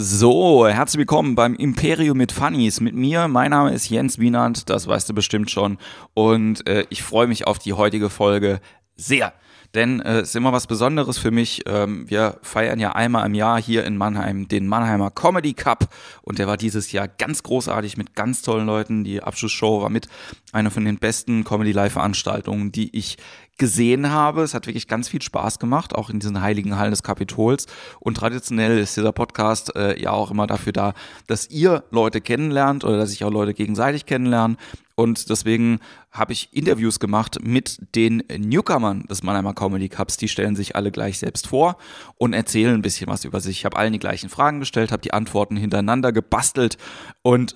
So, herzlich willkommen beim Imperium mit Funnies. Mit mir, mein Name ist Jens Wienand, das weißt du bestimmt schon. Und ich freue mich auf die heutige Folge sehr. Denn es ist immer was Besonderes für mich. Wir feiern ja einmal im Jahr hier in Mannheim den Mannheimer Comedy Cup. Und der war dieses Jahr ganz großartig mit ganz tollen Leuten. Die Abschlussshow war mit einer von den besten Comedy-Live-Veranstaltungen, die ich gesehen habe. Es hat wirklich ganz viel Spaß gemacht, auch in diesen heiligen Hallen des Kapitols. Und traditionell ist dieser Podcast ja auch immer dafür da, dass ihr Leute kennenlernt oder dass sich auch Leute gegenseitig kennenlernen. Und deswegen habe ich Interviews gemacht mit den Newcomern des Mannheimer Comedy Cups. Die stellen sich alle gleich selbst vor und erzählen ein bisschen was über sich. Ich habe allen die gleichen Fragen gestellt, habe die Antworten hintereinander gebastelt und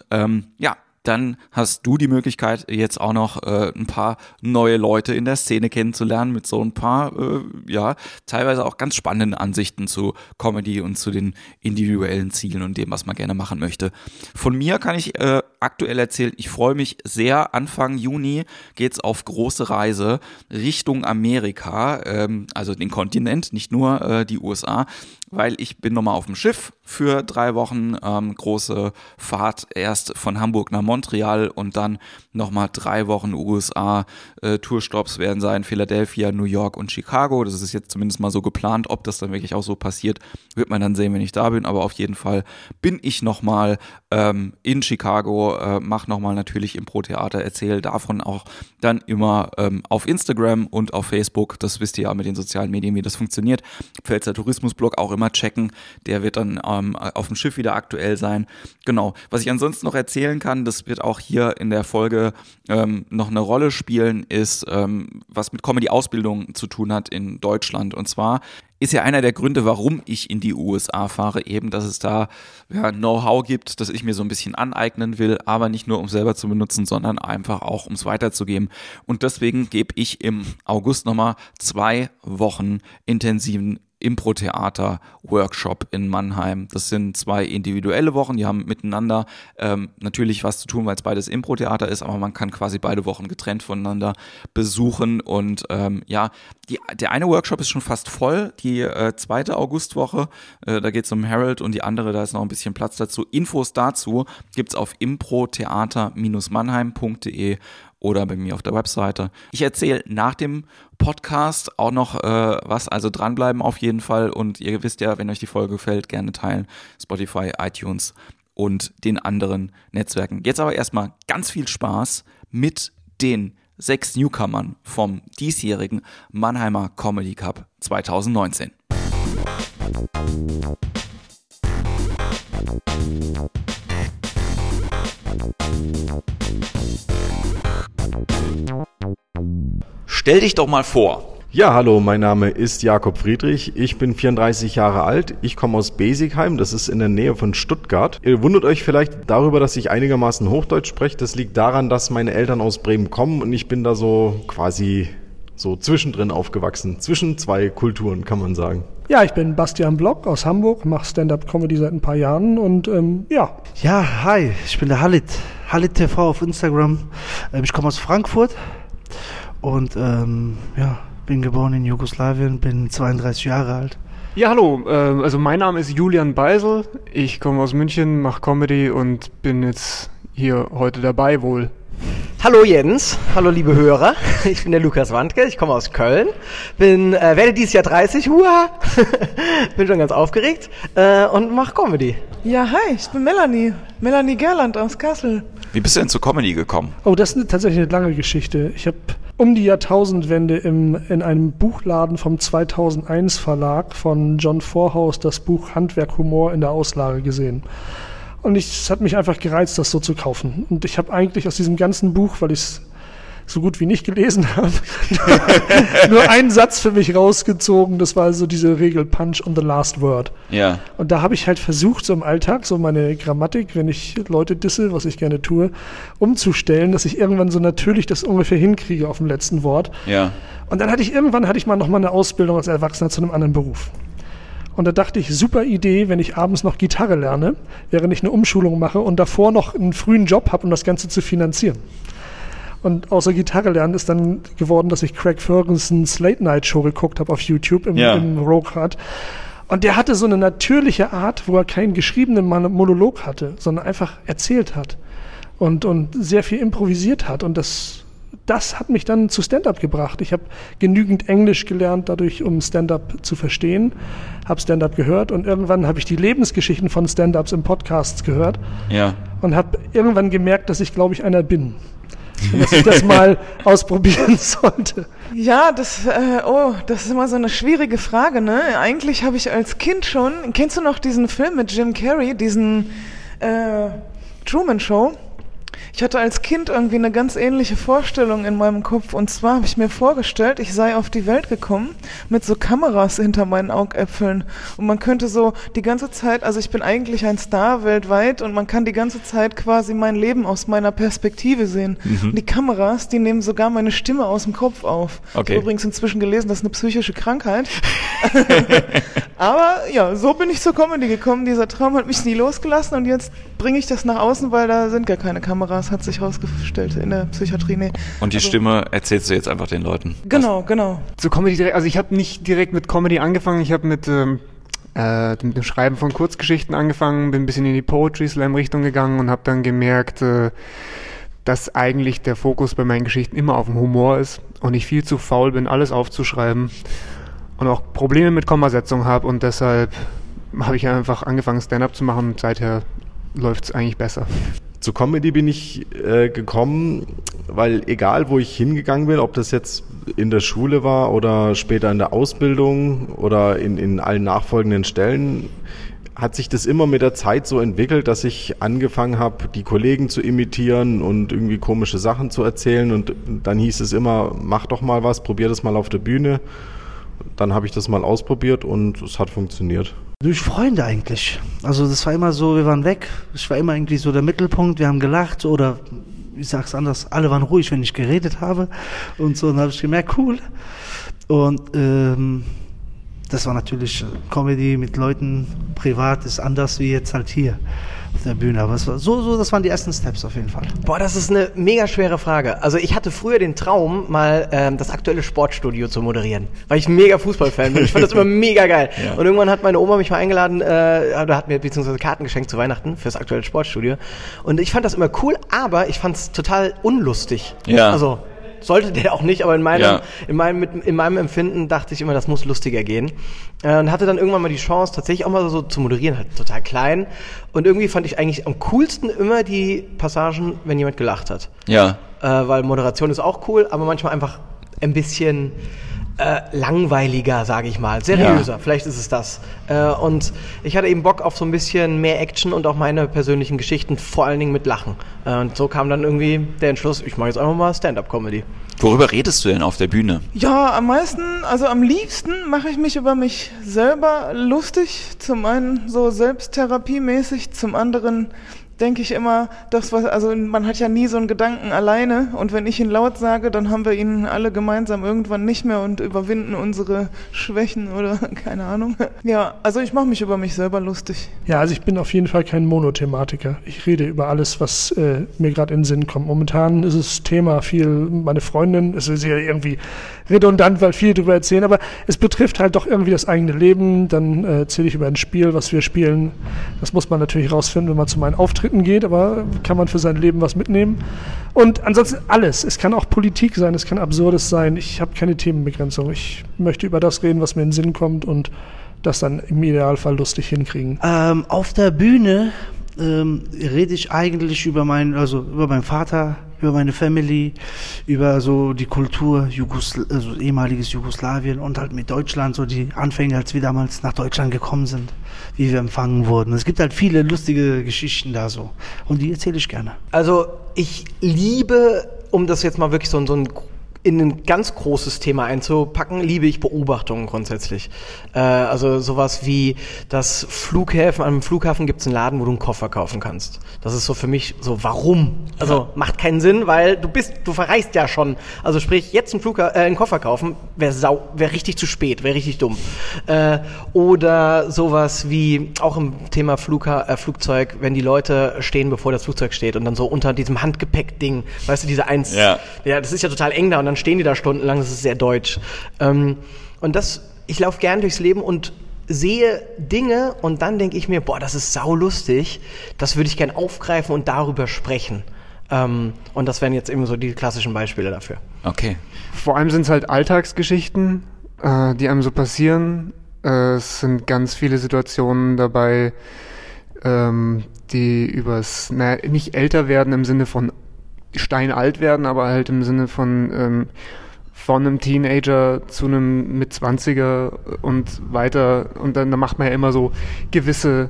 dann hast du die Möglichkeit, jetzt auch noch ein paar neue Leute in der Szene kennenzulernen mit so ein paar, teilweise auch ganz spannenden Ansichten zu Comedy und zu den individuellen Zielen und dem, was man gerne machen möchte. Von mir kann ich aktuell erzählen, ich freue mich sehr. Anfang Juni geht's auf große Reise Richtung Amerika, also den Kontinent, nicht nur die USA, weil ich bin nochmal auf dem Schiff für 3 Wochen, große Fahrt erst von Hamburg nach Montreal und dann nochmal 3 Wochen USA. Tourstops werden sein Philadelphia, New York und Chicago. Das ist jetzt zumindest mal so geplant. Ob das dann wirklich auch so passiert, wird man dann sehen, wenn ich da bin. Aber auf jeden Fall bin ich nochmal in Chicago, mache nochmal natürlich Impro-Theater, erzähle davon auch dann immer auf Instagram und auf Facebook. Das wisst ihr ja mit den sozialen Medien, wie das funktioniert. Pfälzer Tourismusblog auch immer checken. Der wird dann auf dem Schiff wieder aktuell sein. Genau. Was ich ansonsten noch erzählen kann, das wird auch hier in der Folge noch eine Rolle spielen, ist, was mit Comedy-Ausbildung zu tun hat in Deutschland. Und zwar ist ja einer der Gründe, warum ich in die USA fahre, eben, dass es da Know-how gibt, das ich mir so ein bisschen aneignen will, aber nicht nur, um selber zu benutzen, sondern einfach auch, um es weiterzugeben. Und deswegen gebe ich im August nochmal 2 Wochen intensiven Impro-Theater-Workshop in Mannheim. Das sind 2 individuelle Wochen, die haben miteinander natürlich was zu tun, weil es beides Impro-Theater ist, aber man kann quasi beide Wochen getrennt voneinander besuchen und der eine Workshop ist schon fast voll, die 2. Augustwoche, da geht es um Harold und die andere, da ist noch ein bisschen Platz dazu. Infos dazu gibt's auf improtheater-mannheim.de oder bei mir auf der Webseite. Ich erzähle nach dem Podcast auch noch was, also dranbleiben auf jeden Fall und ihr wisst ja, wenn euch die Folge gefällt, gerne teilen, Spotify, iTunes und den anderen Netzwerken. Jetzt aber erstmal ganz viel Spaß mit den 6 Newcomern vom diesjährigen Mannheimer Comedy Cup 2019. Stell dich doch mal vor. Ja, hallo, mein Name ist Jakob Friedrich, ich bin 34 Jahre alt, ich komme aus Besigheim, das ist in der Nähe von Stuttgart. Ihr wundert euch vielleicht darüber, dass ich einigermaßen Hochdeutsch spreche, das liegt daran, dass meine Eltern aus Bremen kommen und ich bin da so quasi so zwischendrin aufgewachsen, zwischen 2 Kulturen, kann man sagen. Ja, ich bin Bastian Block aus Hamburg, mache Stand-Up-Comedy seit ein paar Jahren und Ja, hi, ich bin der Halit TV auf Instagram, ich komme aus Frankfurt und bin geboren in Jugoslawien, bin 32 Jahre alt. Ja, hallo, also mein Name ist Julian Beisel, ich komme aus München, mache Comedy und bin jetzt hier heute dabei wohl. Hallo Jens, hallo liebe Hörer, ich bin der Lukas Wandke, ich komme aus Köln, werde dieses Jahr 30, bin schon ganz aufgeregt und mache Comedy. Ja, hi, ich bin Melanie Gerland aus Kassel. Wie bist du denn zur Comedy gekommen? Oh, das ist tatsächlich eine lange Geschichte. Ich habe um die Jahrtausendwende in einem Buchladen vom 2001 Verlag von John Vorhaus das Buch Handwerk Humor in der Auslage gesehen. Und es hat mich einfach gereizt, das so zu kaufen. Und ich habe eigentlich aus diesem ganzen Buch, weil ich es so gut wie nicht gelesen habe, nur einen Satz für mich rausgezogen. Das war so diese Regel Punch on the last word. Ja. Und da habe ich halt versucht, so im Alltag, so meine Grammatik, wenn ich Leute disse, was ich gerne tue, umzustellen, dass ich irgendwann so natürlich das ungefähr hinkriege auf dem letzten Wort. Ja. Und dann hatte ich mal nochmal eine Ausbildung als Erwachsener zu einem anderen Beruf. Und da dachte ich, super Idee, wenn ich abends noch Gitarre lerne, während ich eine Umschulung mache und davor noch einen frühen Job habe, um das Ganze zu finanzieren. Und außer Gitarre lernen ist dann geworden, dass ich Craig Fergusons Late Night Show geguckt habe auf YouTube im Rockhard. Und der hatte so eine natürliche Art, wo er keinen geschriebenen Monolog hatte, sondern einfach erzählt hat und sehr viel improvisiert hat. Und das hat mich dann zu Stand-up gebracht. Ich habe genügend Englisch gelernt, dadurch, um Stand-up zu verstehen, habe Stand-up gehört und irgendwann habe ich die Lebensgeschichten von Stand-ups im Podcast gehört und habe irgendwann gemerkt, dass ich, glaube ich, einer bin. Und dass ich das mal ausprobieren sollte. Ja, das ist immer so eine schwierige Frage, ne? Eigentlich habe ich als Kind schon, kennst du noch diesen Film mit Jim Carrey, diesen Truman Show? Ich hatte als Kind irgendwie eine ganz ähnliche Vorstellung in meinem Kopf. Und zwar habe ich mir vorgestellt, ich sei auf die Welt gekommen mit so Kameras hinter meinen Augäpfeln. Und man könnte so die ganze Zeit, also ich bin eigentlich ein Star weltweit und man kann die ganze Zeit quasi mein Leben aus meiner Perspektive sehen. Und die Kameras, die nehmen sogar meine Stimme aus dem Kopf auf. Okay. Ich habe übrigens inzwischen gelesen, das ist eine psychische Krankheit. Aber ja, so bin ich zur Comedy gekommen. Dieser Traum hat mich nie losgelassen und jetzt bringe ich das nach außen, weil da sind gar keine Kameras, hat sich herausgestellt in der Psychiatrie. Nee. Und die Stimme erzählst du jetzt einfach den Leuten? Genau. Zu Comedy direkt, also ich habe nicht direkt mit Comedy angefangen, ich habe mit dem Schreiben von Kurzgeschichten angefangen, bin ein bisschen in die Poetry-Slam-Richtung gegangen und habe dann gemerkt, dass eigentlich der Fokus bei meinen Geschichten immer auf dem Humor ist und ich viel zu faul bin, alles aufzuschreiben und auch Probleme mit Kommasetzung habe und deshalb habe ich einfach angefangen, Stand-up zu machen und seither läuft es eigentlich besser. Zu Comedy bin ich gekommen, weil egal wo ich hingegangen bin, ob das jetzt in der Schule war oder später in der Ausbildung oder in allen nachfolgenden Stellen, hat sich das immer mit der Zeit so entwickelt, dass ich angefangen habe, die Kollegen zu imitieren und irgendwie komische Sachen zu erzählen und dann hieß es immer, mach doch mal was, probier das mal auf der Bühne. Dann habe ich das mal ausprobiert und es hat funktioniert. Durch Freunde eigentlich. Also das war immer so, wir waren weg, ich war immer irgendwie so der Mittelpunkt, wir haben gelacht oder ich sag's anders, alle waren ruhig, wenn ich geredet habe und so, dann habe ich gemerkt, cool. Und das war natürlich Comedy mit Leuten, privat ist anders wie jetzt halt hier auf der Bühne, aber es war so, das waren die ersten Steps auf jeden Fall. Boah, das ist eine mega schwere Frage. Also ich hatte früher den Traum, mal das aktuelle Sportstudio zu moderieren, weil ich ein mega Fußballfan bin. Ich fand das immer mega geil. Ja. Und irgendwann hat meine Oma mich mal eingeladen, oder hat mir beziehungsweise Karten geschenkt zu Weihnachten fürs aktuelle Sportstudio. Und ich fand das immer cool, aber ich fand es total unlustig. Ja. Also sollte der auch nicht, aber in meinem Empfinden dachte ich immer, das muss lustiger gehen. Und hatte dann irgendwann mal die Chance, tatsächlich auch mal so zu moderieren, halt total klein. Und irgendwie fand ich eigentlich am coolsten immer die Passagen, wenn jemand gelacht hat. Ja. Weil Moderation ist auch cool, aber manchmal einfach ein bisschen langweiliger, sage ich mal. Seriöser, ja. Vielleicht ist es das. Und ich hatte eben Bock auf so ein bisschen mehr Action und auch meine persönlichen Geschichten, vor allen Dingen mit Lachen. Und so kam dann irgendwie der Entschluss, ich mache jetzt einfach mal Stand-up-Comedy. Worüber redest du denn auf der Bühne? Ja, am liebsten mache ich mich über mich selber lustig. Zum einen so selbsttherapiemäßig, zum anderen denke ich immer, man hat ja nie so einen Gedanken alleine und wenn ich ihn laut sage, dann haben wir ihn alle gemeinsam irgendwann nicht mehr und überwinden unsere Schwächen oder keine Ahnung. Ja, also ich mache mich über mich selber lustig. Ja, also ich bin auf jeden Fall kein Monothematiker. Ich rede über alles, was mir gerade in den Sinn kommt. Momentan ist das Thema viel meine Freundin, es ist ja irgendwie redundant, weil viel darüber erzählen, aber es betrifft halt doch irgendwie das eigene Leben. Dann erzähle ich über ein Spiel, was wir spielen. Das muss man natürlich rausfinden, wenn man zu meinen Auftritten geht, aber kann man für sein Leben was mitnehmen. Und ansonsten alles. Es kann auch Politik sein, es kann Absurdes sein. Ich habe keine Themenbegrenzung. Ich möchte über das reden, was mir in den Sinn kommt und das dann im Idealfall lustig hinkriegen. Auf der Bühne rede ich eigentlich über meinen Vater, über meine Family, über so die Kultur, also ehemaliges Jugoslawien und halt mit Deutschland, so die Anfänge, als wir damals nach Deutschland gekommen sind, wie wir empfangen wurden. Es gibt halt viele lustige Geschichten da so und die erzähle ich gerne. Also ich liebe, um das jetzt mal wirklich so in ein ganz großes Thema einzupacken, liebe ich Beobachtungen grundsätzlich. Also sowas wie das Flughäfen, an einem Flughafen gibt es einen Laden, wo du einen Koffer kaufen kannst. Das ist so für mich so, warum? Also macht keinen Sinn, weil du verreist ja schon. Also sprich, jetzt einen Koffer kaufen, wäre richtig zu spät, wäre richtig dumm. Oder sowas wie, auch im Thema Flugzeug, wenn die Leute stehen, bevor das Flugzeug steht und dann so unter diesem Handgepäck-Ding, weißt du, diese eins, ja, das ist ja total eng da und dann stehen die da stundenlang, das ist sehr deutsch. Und ich laufe gern durchs Leben und sehe Dinge und dann denke ich mir, boah, das ist saulustig, das würde ich gern aufgreifen und darüber sprechen. Und das wären jetzt eben so die klassischen Beispiele dafür. Okay. Vor allem sind es halt Alltagsgeschichten, die einem so passieren. Es sind ganz viele Situationen dabei, die übers, nicht älter werden im Sinne von steinalt werden, aber halt im Sinne von einem Teenager zu einem Mitzwanziger und weiter. Und dann macht man ja immer so gewisse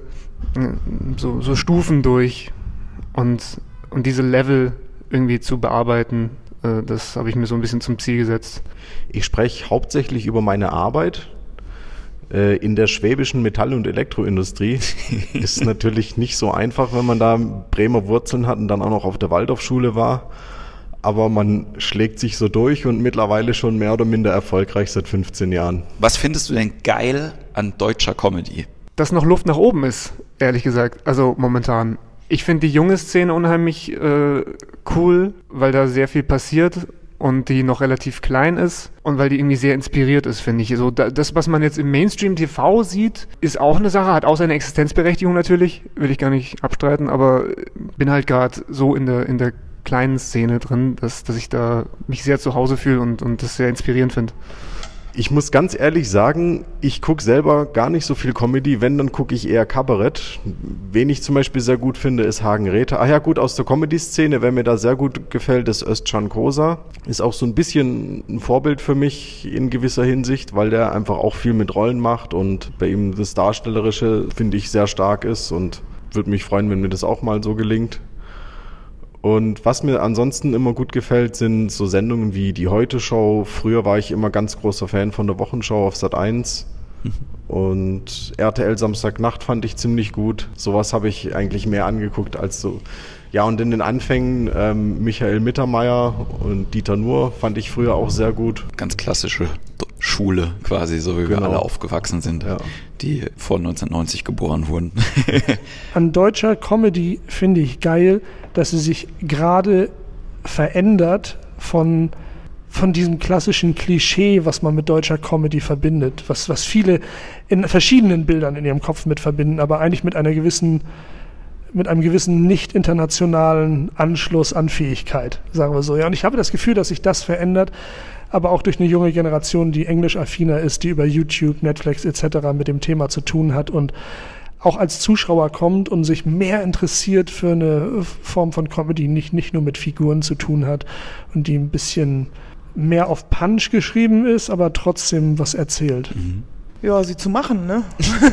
so Stufen durch. Und diese Level irgendwie zu bearbeiten, das habe ich mir so ein bisschen zum Ziel gesetzt. Ich spreche hauptsächlich über meine Arbeit. In der schwäbischen Metall- und Elektroindustrie ist natürlich nicht so einfach, wenn man da Bremer Wurzeln hat und dann auch noch auf der Waldorfschule war. Aber man schlägt sich so durch und mittlerweile schon mehr oder minder erfolgreich seit 15 Jahren. Was findest du denn geil an deutscher Comedy? Dass noch Luft nach oben ist, ehrlich gesagt. Also momentan. Ich finde die junge Szene unheimlich cool, weil da sehr viel passiert und die noch relativ klein ist und weil die irgendwie sehr inspiriert ist, finde ich. So, das, was man jetzt im Mainstream-TV sieht, ist auch eine Sache, hat auch seine Existenzberechtigung natürlich, will ich gar nicht abstreiten, aber bin halt gerade so in der kleinen Szene drin, dass ich da mich sehr zu Hause fühle und das sehr inspirierend finde. Ich muss ganz ehrlich sagen, ich gucke selber gar nicht so viel Comedy, wenn, dann gucke ich eher Kabarett. Wen ich zum Beispiel sehr gut finde, ist Hagen Räther. Ach ja gut, aus der Comedy-Szene, wer mir da sehr gut gefällt, ist Özcan Kosa. Ist auch so ein bisschen ein Vorbild für mich in gewisser Hinsicht, weil der einfach auch viel mit Rollen macht und bei ihm das Darstellerische, finde ich, sehr stark ist und würde mich freuen, wenn mir das auch mal so gelingt. Und was mir ansonsten immer gut gefällt, sind so Sendungen wie die Heute-Show. Früher war ich immer ganz großer Fan von der Wochenschau auf Sat.1. Und RTL Samstagnacht fand ich ziemlich gut. Sowas habe ich eigentlich mehr angeguckt als so. Ja, und in den Anfängen Michael Mittermeier und Dieter Nuhr fand ich früher auch sehr gut. Ganz klassische Schule quasi, so wie wir alle aufgewachsen sind, ja, die vor 1990 geboren wurden. An deutscher Comedy finde ich geil, dass sie sich gerade verändert von diesem klassischen Klischee, was man mit deutscher Comedy verbindet, was viele in verschiedenen Bildern in ihrem Kopf mit verbinden, aber eigentlich mit einem gewissen nicht internationalen Anschluss an Fähigkeit, sagen wir so. Ja, und ich habe das Gefühl, dass sich das verändert, aber auch durch eine junge Generation, die englisch-affiner ist, die über YouTube, Netflix etc. mit dem Thema zu tun hat und auch als Zuschauer kommt und sich mehr interessiert für eine Form von Comedy, nicht nur mit Figuren zu tun hat und die ein bisschen mehr auf Punch geschrieben ist, aber trotzdem was erzählt. Mhm. Ja, sie zu machen, ne?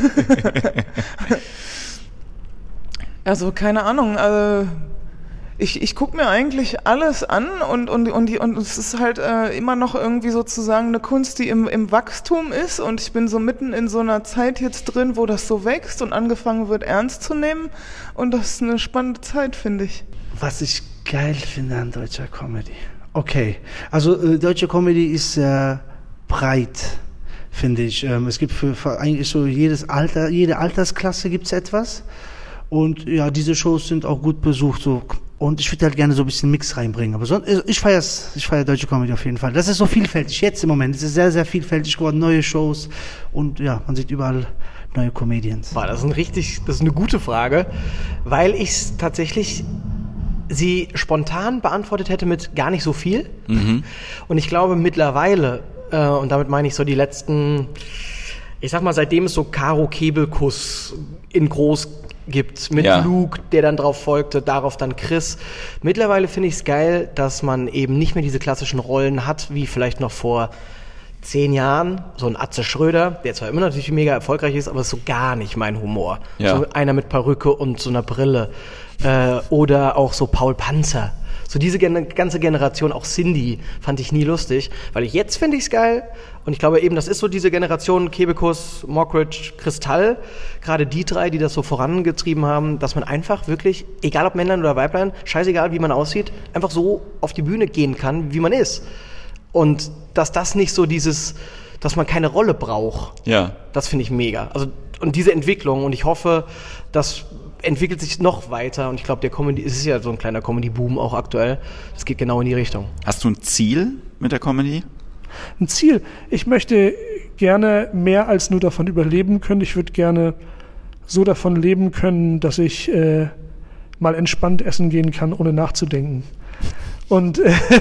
Also, keine Ahnung, ich gucke mir eigentlich alles an und es ist halt immer noch irgendwie sozusagen eine Kunst, die im Wachstum ist und ich bin so mitten in so einer Zeit jetzt drin, wo das so wächst und angefangen wird ernst zu nehmen und das ist eine spannende Zeit, finde ich. Was ich geil finde an deutscher Comedy. Okay, also deutsche Comedy ist sehr breit, finde ich. Es gibt für eigentlich so jede Altersklasse gibt es etwas. Und ja, diese Shows sind auch gut besucht. So. Und ich würde halt gerne so ein bisschen Mix reinbringen. Aber ich feiere deutsche Comedy auf jeden Fall. Das ist so vielfältig. Jetzt im Moment. Es ist sehr, sehr vielfältig geworden. Neue Shows. Und ja, man sieht überall neue Comedians. Boah, das ist eine gute Frage. Weil ich tatsächlich sie spontan beantwortet hätte mit gar nicht so viel. Mhm. Und ich glaube mittlerweile, und damit meine ich so die letzten, ich sag mal, seitdem es so Karo Kebekus in groß gibt, mit Luke, der dann drauf folgte, darauf dann Chris. Mittlerweile finde ich es geil, dass man eben nicht mehr diese klassischen Rollen hat, wie vielleicht noch vor 10 Jahren, so ein Atze Schröder, der zwar immer natürlich mega erfolgreich ist, aber ist so gar nicht mein Humor. Ja. So einer mit Perücke und so einer Brille. Oder auch so Paul Panzer. So diese ganze Generation, auch Cindy, fand ich nie lustig, weil jetzt finde ich es geil und ich glaube eben, das ist so diese Generation Kebekus, Mockridge, Kristall, gerade die 3, die das so vorangetrieben haben, dass man einfach wirklich, egal ob Männlein oder Weiblein, scheißegal wie man aussieht, einfach so auf die Bühne gehen kann, wie man ist. Und dass das nicht so dass man keine Rolle braucht, das finde ich mega. Also, und diese Entwicklung und ich hoffe, dass entwickelt sich noch weiter und ich glaube, es ist ja so ein kleiner Comedy-Boom auch aktuell. Das geht genau in die Richtung. Hast du ein Ziel mit der Comedy? Ein Ziel? Ich möchte gerne mehr als nur davon überleben können. Ich würde gerne so davon leben können, dass ich mal entspannt essen gehen kann, ohne nachzudenken. Und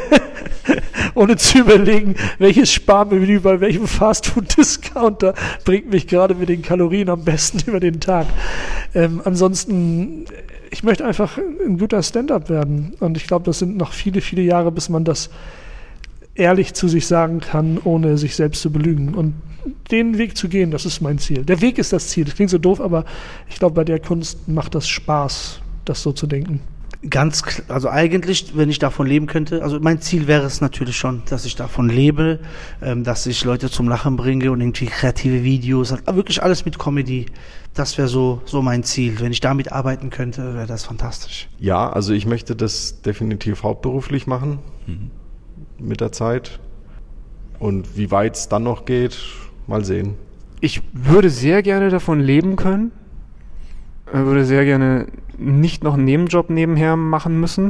ohne zu überlegen, welches Sparmenü bei welchem Fastfood-Discounter bringt mich gerade mit den Kalorien am besten über den Tag. Ansonsten, ich möchte einfach ein guter Stand-up werden. Und ich glaube, das sind noch viele, viele Jahre, bis man das ehrlich zu sich sagen kann, ohne sich selbst zu belügen. Und den Weg zu gehen, das ist mein Ziel. Der Weg ist das Ziel. Das klingt so doof, aber ich glaube, bei der Kunst macht das Spaß, das so zu denken. Also eigentlich, wenn ich davon leben könnte, also mein Ziel wäre es natürlich schon, dass ich davon lebe, dass ich Leute zum Lachen bringe und irgendwie kreative Videos, wirklich alles mit Comedy. Das wäre so mein Ziel. Wenn ich damit arbeiten könnte, wäre das fantastisch. Ja, also ich möchte das definitiv hauptberuflich machen mit der Zeit. Und wie weit es dann noch geht, mal sehen. Ich würde sehr gerne davon leben können. Würde sehr gerne nicht noch einen Nebenjob nebenher machen müssen.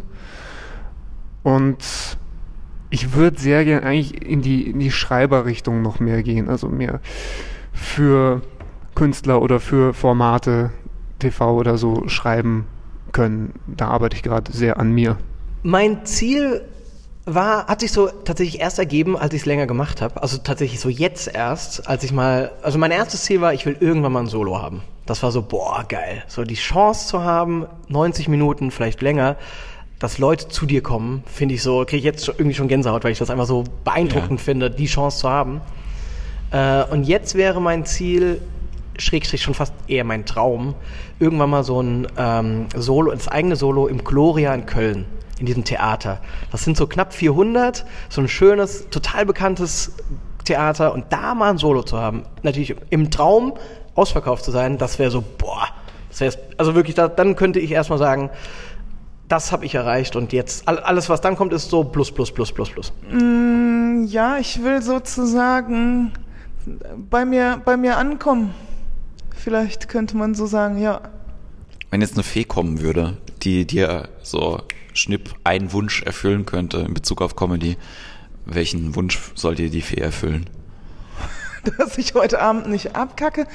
Und ich würde sehr gerne eigentlich in die Schreiberrichtung noch mehr gehen. Also mehr für Künstler oder für Formate, TV oder so schreiben können. Da arbeite ich gerade sehr an mir. Mein Ziel hat sich so tatsächlich erst ergeben, als ich es länger gemacht habe. Also tatsächlich so jetzt erst, also mein erstes Ziel war, ich will irgendwann mal ein Solo haben. Das war so, boah, geil. So die Chance zu haben, 90 Minuten, vielleicht länger, dass Leute zu dir kommen, finde ich so, kriege ich jetzt irgendwie schon Gänsehaut, weil ich das einfach so beeindruckend finde, die Chance zu haben. Und jetzt wäre mein Ziel, Schrägstrich schon fast eher mein Traum, irgendwann mal so ein Solo, das eigene Solo im Gloria in Köln, in diesem Theater. Das sind so knapp 400, so ein schönes, total bekanntes Theater und da mal ein Solo zu haben, natürlich im Traum ausverkauft zu sein, das wäre so, boah, das wäre also wirklich, dann könnte ich erstmal sagen, das habe ich erreicht und jetzt, alles was dann kommt, ist so plus. Ja, ich will sozusagen bei mir ankommen. Vielleicht könnte man so sagen, ja. Wenn jetzt eine Fee kommen würde, die dir so schnipp einen Wunsch erfüllen könnte in Bezug auf Comedy, welchen Wunsch soll dir die Fee erfüllen? Dass ich heute Abend nicht abkacke,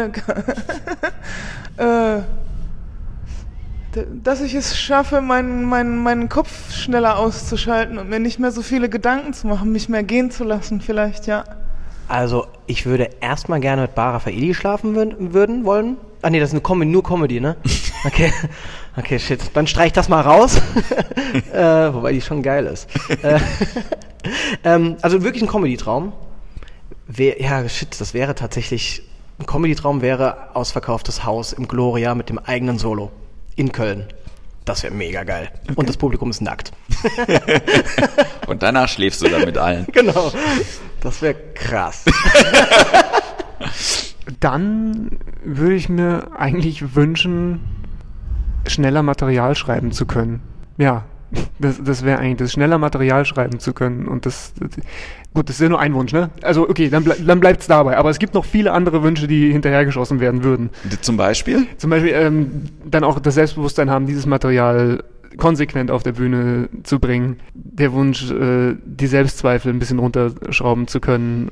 dass ich es schaffe, meinen Kopf schneller auszuschalten und mir nicht mehr so viele Gedanken zu machen, mich mehr gehen zu lassen, vielleicht, ja. Also, ich würde erstmal gerne mit Bara Faili schlafen wollen. Ah nee, das ist nur Comedy, ne? Okay, shit. Dann streich das mal raus. Wobei die schon geil ist. Also wirklich ein Comedy-Traum. Das wäre tatsächlich, ein Comedy-Traum wäre ausverkauftes Haus im Gloria mit dem eigenen Solo in Köln. Das wäre mega geil. Okay. Und das Publikum ist nackt. Und danach schläfst du dann mit allen. Genau. Das wäre krass. Dann würde ich mir eigentlich wünschen, schneller Material schreiben zu können. Ja, das wäre eigentlich das, schneller Material schreiben zu können. Und das ist ja nur ein Wunsch, ne? Also okay, dann bleibt's dabei. Aber es gibt noch viele andere Wünsche, die hinterhergeschossen werden würden. Zum Beispiel? Zum Beispiel dann auch das Selbstbewusstsein haben, dieses Material konsequent auf der Bühne zu bringen. Der Wunsch, die Selbstzweifel ein bisschen runterschrauben zu können.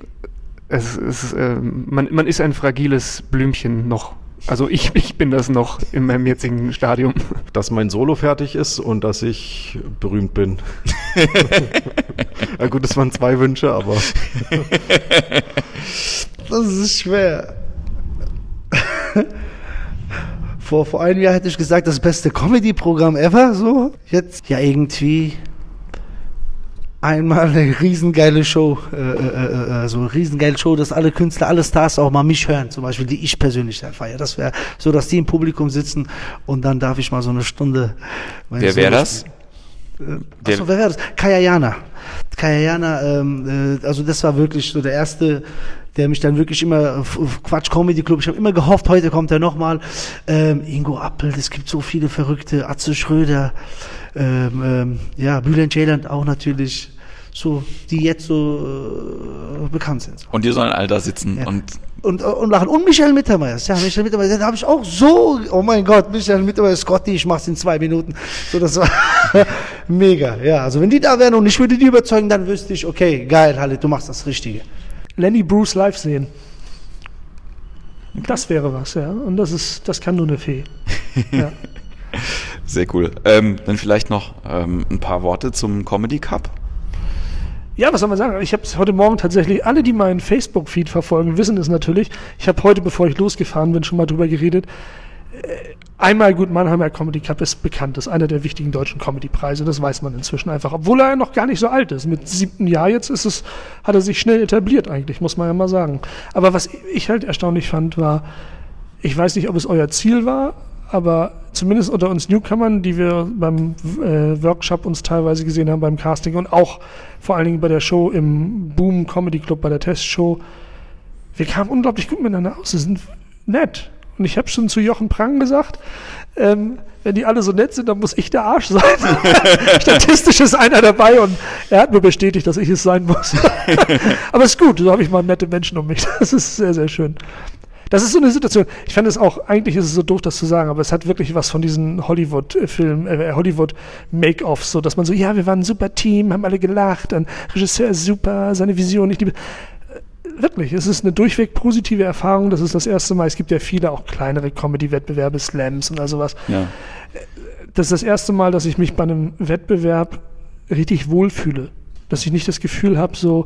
Man ist ein fragiles Blümchen noch. Also ich bin das noch in meinem jetzigen Stadium. Dass mein Solo fertig ist und dass ich berühmt bin. Ja gut, das waren 2 Wünsche, aber das ist schwer. Vor einem Jahr hätte ich gesagt, das beste Comedy-Programm ever, so. Jetzt ja irgendwie einmal eine riesengeile Show, dass alle Künstler, alle Stars auch mal mich hören, zum Beispiel, die ich persönlich dann feiere. Das wäre so, dass die im Publikum sitzen und dann darf ich mal so eine Stunde. Wer wäre das? Wer wäre das? Kaya Jana, also das war wirklich so der erste, der mich dann wirklich immer, Quatsch Comedy Club, ich habe immer gehofft, heute kommt er nochmal, Ingo Appel, es gibt so viele Verrückte, Atze Schröder, Bülent Ceylan auch natürlich, so, die jetzt so bekannt sind. Und die sollen all da sitzen und lachen. Und Michael Mittermeier, den habe ich auch so, oh mein Gott, Michael Mittermeier, Scotty, ich mach's in 2 Minuten. So, das war mega, ja. Also wenn die da wären und ich würde die überzeugen, dann wüsste ich, okay, geil, Halle, du machst das Richtige. Lenny Bruce live sehen. Das wäre was, ja. Und das kann nur eine Fee. Ja. Sehr cool. Dann vielleicht noch ein paar Worte zum Comedy Cup. Ja, was soll man sagen? Ich habe es heute Morgen tatsächlich, alle, die meinen Facebook-Feed verfolgen, wissen es natürlich. Ich habe heute, bevor ich losgefahren bin, schon mal drüber geredet. Einmal gut, Mannheimer Comedy Cup ist bekannt, ist einer der wichtigen deutschen Comedy-Preise, das weiß man inzwischen einfach. Obwohl er noch gar nicht so alt ist. Mit 7. Jahr jetzt hat er sich schnell etabliert eigentlich, muss man ja mal sagen. Aber was ich halt erstaunlich fand, war, ich weiß nicht, ob es euer Ziel war, aber zumindest unter uns Newcomern, die wir beim Workshop uns teilweise gesehen haben, beim Casting und auch vor allen Dingen bei der Show im Boom Comedy Club, bei der Testshow, wir kamen unglaublich gut miteinander aus, sie sind nett. Und ich habe schon zu Jochen Prang gesagt, wenn die alle so nett sind, dann muss ich der Arsch sein. Statistisch ist einer dabei und er hat mir bestätigt, dass ich es sein muss. Aber es ist gut, so habe ich mal nette Menschen um mich. Das ist sehr, sehr schön. Das ist so eine Situation, ich fand es auch, eigentlich ist es so doof, das zu sagen, aber es hat wirklich was von diesen Hollywood-Film, Hollywood-Make-Offs, so dass man so, ja, wir waren ein super Team, haben alle gelacht, ein Regisseur ist super, seine Vision, ich liebe. Wirklich, es ist eine durchweg positive Erfahrung, das ist das erste Mal, es gibt ja viele auch kleinere Comedy-Wettbewerbe, Slams und all sowas. Ja. Das ist das erste Mal, dass ich mich bei einem Wettbewerb richtig wohlfühle, dass ich nicht das Gefühl habe, so,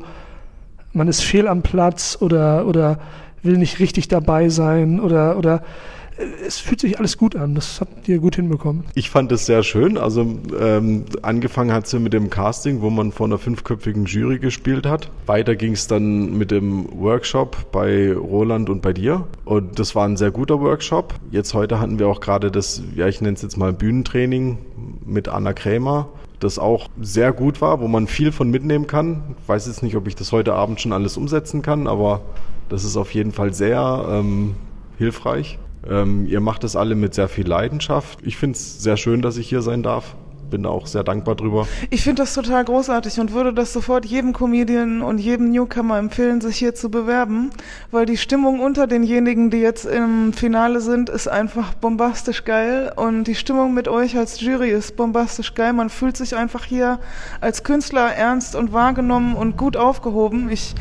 man ist fehl am Platz oder will nicht richtig dabei sein oder es fühlt sich alles gut an. Das habt ihr gut hinbekommen. Ich fand es sehr schön. Also angefangen hat es ja mit dem Casting, wo man vor einer 5-köpfigen Jury gespielt hat. Weiter ging es dann mit dem Workshop bei Roland und bei dir. Und das war ein sehr guter Workshop. Jetzt heute hatten wir auch gerade das, ja, ich nenne es jetzt mal Bühnentraining mit Anna Krämer, das auch sehr gut war, wo man viel von mitnehmen kann. Ich weiß jetzt nicht, ob ich das heute Abend schon alles umsetzen kann, aber das ist auf jeden Fall sehr hilfreich. Ihr macht das alle mit sehr viel Leidenschaft. Ich finde es sehr schön, dass ich hier sein darf. Bin da auch sehr dankbar drüber. Ich finde das total großartig und würde das sofort jedem Comedian und jedem Newcomer empfehlen, sich hier zu bewerben, weil die Stimmung unter denjenigen, die jetzt im Finale sind, ist einfach bombastisch geil und die Stimmung mit euch als Jury ist bombastisch geil. Man fühlt sich einfach hier als Künstler ernst und wahrgenommen und gut aufgehoben. Ich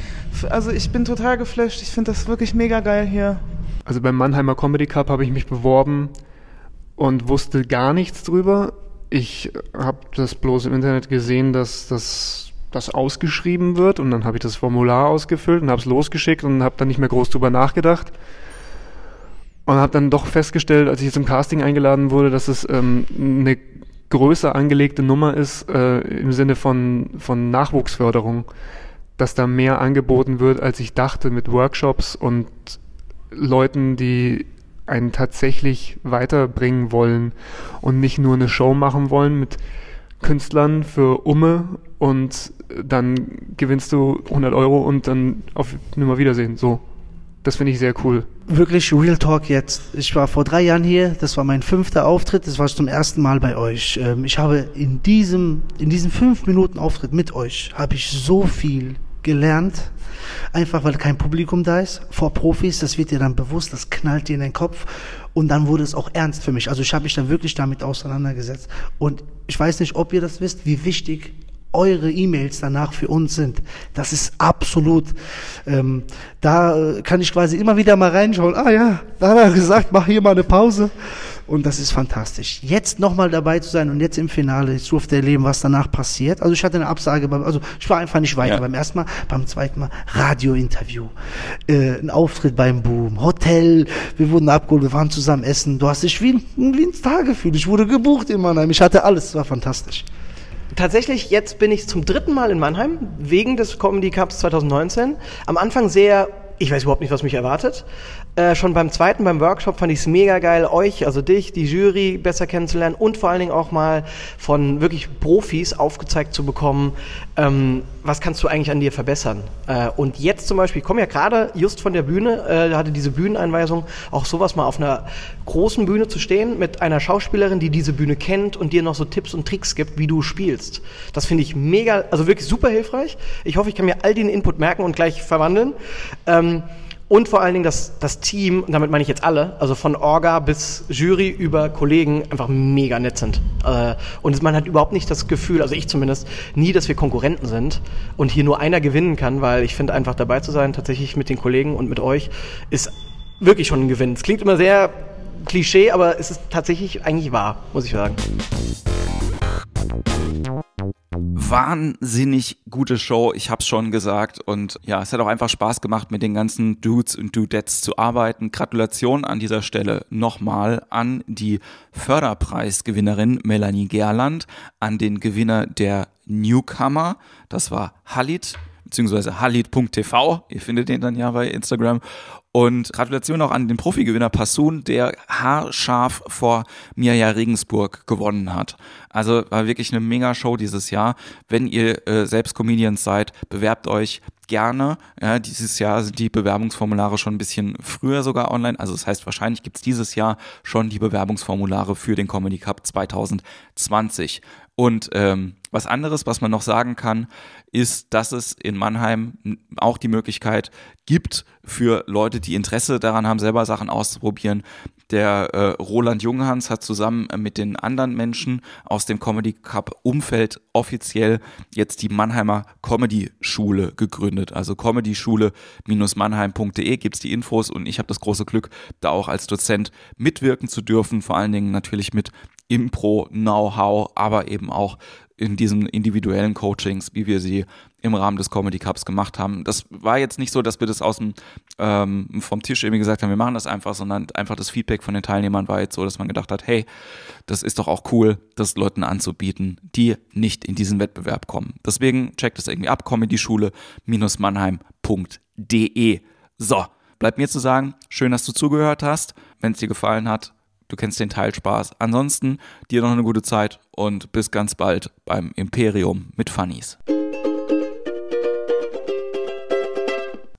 bin total geflasht. Ich finde das wirklich mega geil hier. Also beim Mannheimer Comedy Cup habe ich mich beworben und wusste gar nichts drüber. Ich habe das bloß im Internet gesehen, dass das ausgeschrieben wird und dann habe ich das Formular ausgefüllt und habe es losgeschickt und habe dann nicht mehr groß drüber nachgedacht und habe dann doch festgestellt, als ich zum Casting eingeladen wurde, dass es eine größer angelegte Nummer ist im Sinne von Nachwuchsförderung, dass da mehr angeboten wird, als ich dachte, mit Workshops und Leuten, die einen tatsächlich weiterbringen wollen und nicht nur eine Show machen wollen mit Künstlern für und dann gewinnst du 100 € und dann auf Nimmerwiedersehen. So, das finde ich sehr cool. Wirklich Real Talk jetzt. Ich war vor 3 Jahren hier, das war mein 5. Auftritt, das war zum ersten Mal bei euch. Ich habe in diesen 5 Minuten Auftritt mit euch, habe ich so viel gelernt. Einfach, weil kein Publikum da ist, vor Profis, das wird dir dann bewusst, das knallt dir in den Kopf und dann wurde es auch ernst für mich. Also ich habe mich dann wirklich damit auseinandergesetzt und ich weiß nicht, ob ihr das wisst, wie wichtig eure E-Mails danach für uns sind. Das ist absolut, da kann ich quasi immer wieder mal reinschauen, da hat er gesagt, mach hier mal eine Pause. Und das ist fantastisch. Jetzt nochmal dabei zu sein und jetzt im Finale, ich durfte erleben, was danach passiert. Also ich hatte eine Absage, ich war einfach nicht weiter. Ja. Beim ersten Mal, beim zweiten Mal Radiointerview, ein Auftritt beim Boom, Hotel, wir wurden abgeholt, wir waren zusammen essen. Du hast dich wie ein Star gefühlt. Ich wurde gebucht in Mannheim, ich hatte alles, es war fantastisch. Tatsächlich, jetzt bin ich zum 3. Mal in Mannheim, wegen des Comedy Cups 2019. Am Anfang ich weiß überhaupt nicht, was mich erwartet. Schon beim 2., beim Workshop fand ich es mega geil, euch, also dich, die Jury besser kennenzulernen und vor allen Dingen auch mal von wirklich Profis aufgezeigt zu bekommen, was kannst du eigentlich an dir verbessern. Und jetzt zum Beispiel, ich komme ja gerade just von der Bühne, hatte diese Bühneneinweisung, auch sowas mal auf einer großen Bühne zu stehen mit einer Schauspielerin, die diese Bühne kennt und dir noch so Tipps und Tricks gibt, wie du spielst. Das finde ich mega, also wirklich super hilfreich. Ich hoffe, ich kann mir all den Input merken und gleich verwandeln. Und vor allen Dingen, dass das Team, und damit meine ich jetzt alle, also von Orga bis Jury über Kollegen, einfach mega nett sind. Und man hat überhaupt nicht das Gefühl, also ich zumindest, nie, dass wir Konkurrenten sind und hier nur einer gewinnen kann, weil ich finde, einfach dabei zu sein, tatsächlich mit den Kollegen und mit euch, ist wirklich schon ein Gewinn. Es klingt immer sehr Klischee, aber es ist tatsächlich eigentlich wahr, muss ich sagen. Wahnsinnig gute Show, ich hab's schon gesagt, und ja, es hat auch einfach Spaß gemacht, mit den ganzen Dudes und Dudettes zu arbeiten. Gratulation an dieser Stelle nochmal an die Förderpreisgewinnerin Melanie Gerland, an den Gewinner der Newcomer, das war Halit, beziehungsweise halit.tv, ihr findet den dann ja bei Instagram. Und Gratulation auch an den Profigewinner Passun, der haarscharf vor Mirja Regensburg gewonnen hat. Also war wirklich eine Mega-Show dieses Jahr. Wenn ihr selbst Comedians seid, bewerbt euch gerne. Ja, dieses Jahr sind die Bewerbungsformulare schon ein bisschen früher sogar online. Also das heißt, wahrscheinlich gibt's dieses Jahr schon die Bewerbungsformulare für den Comedy Cup 2020. Und was anderes, was man noch sagen kann, ist, dass es in Mannheim auch die Möglichkeit gibt für Leute, die Interesse daran haben, selber Sachen auszuprobieren. Der Roland Junghans hat zusammen mit den anderen Menschen aus dem Comedy Cup Umfeld offiziell jetzt die Mannheimer Comedy Schule gegründet. Also comedyschule-mannheim.de gibt's die Infos, und ich habe das große Glück, da auch als Dozent mitwirken zu dürfen, vor allen Dingen natürlich mit Impro-Know-how, aber eben auch in diesen individuellen Coachings, wie wir sie im Rahmen des Comedy Cups gemacht haben. Das war jetzt nicht so, dass wir das vom Tisch irgendwie gesagt haben, wir machen das einfach, sondern einfach das Feedback von den Teilnehmern war jetzt so, dass man gedacht hat, hey, das ist doch auch cool, das Leuten anzubieten, die nicht in diesen Wettbewerb kommen. Deswegen checkt es irgendwie ab, comedyschule-mannheim.de. So, bleibt mir zu sagen, schön, dass du zugehört hast. Wenn es dir gefallen hat, du kennst den Teilspaß. Ansonsten dir noch eine gute Zeit und bis ganz bald beim Imperium mit Funnies.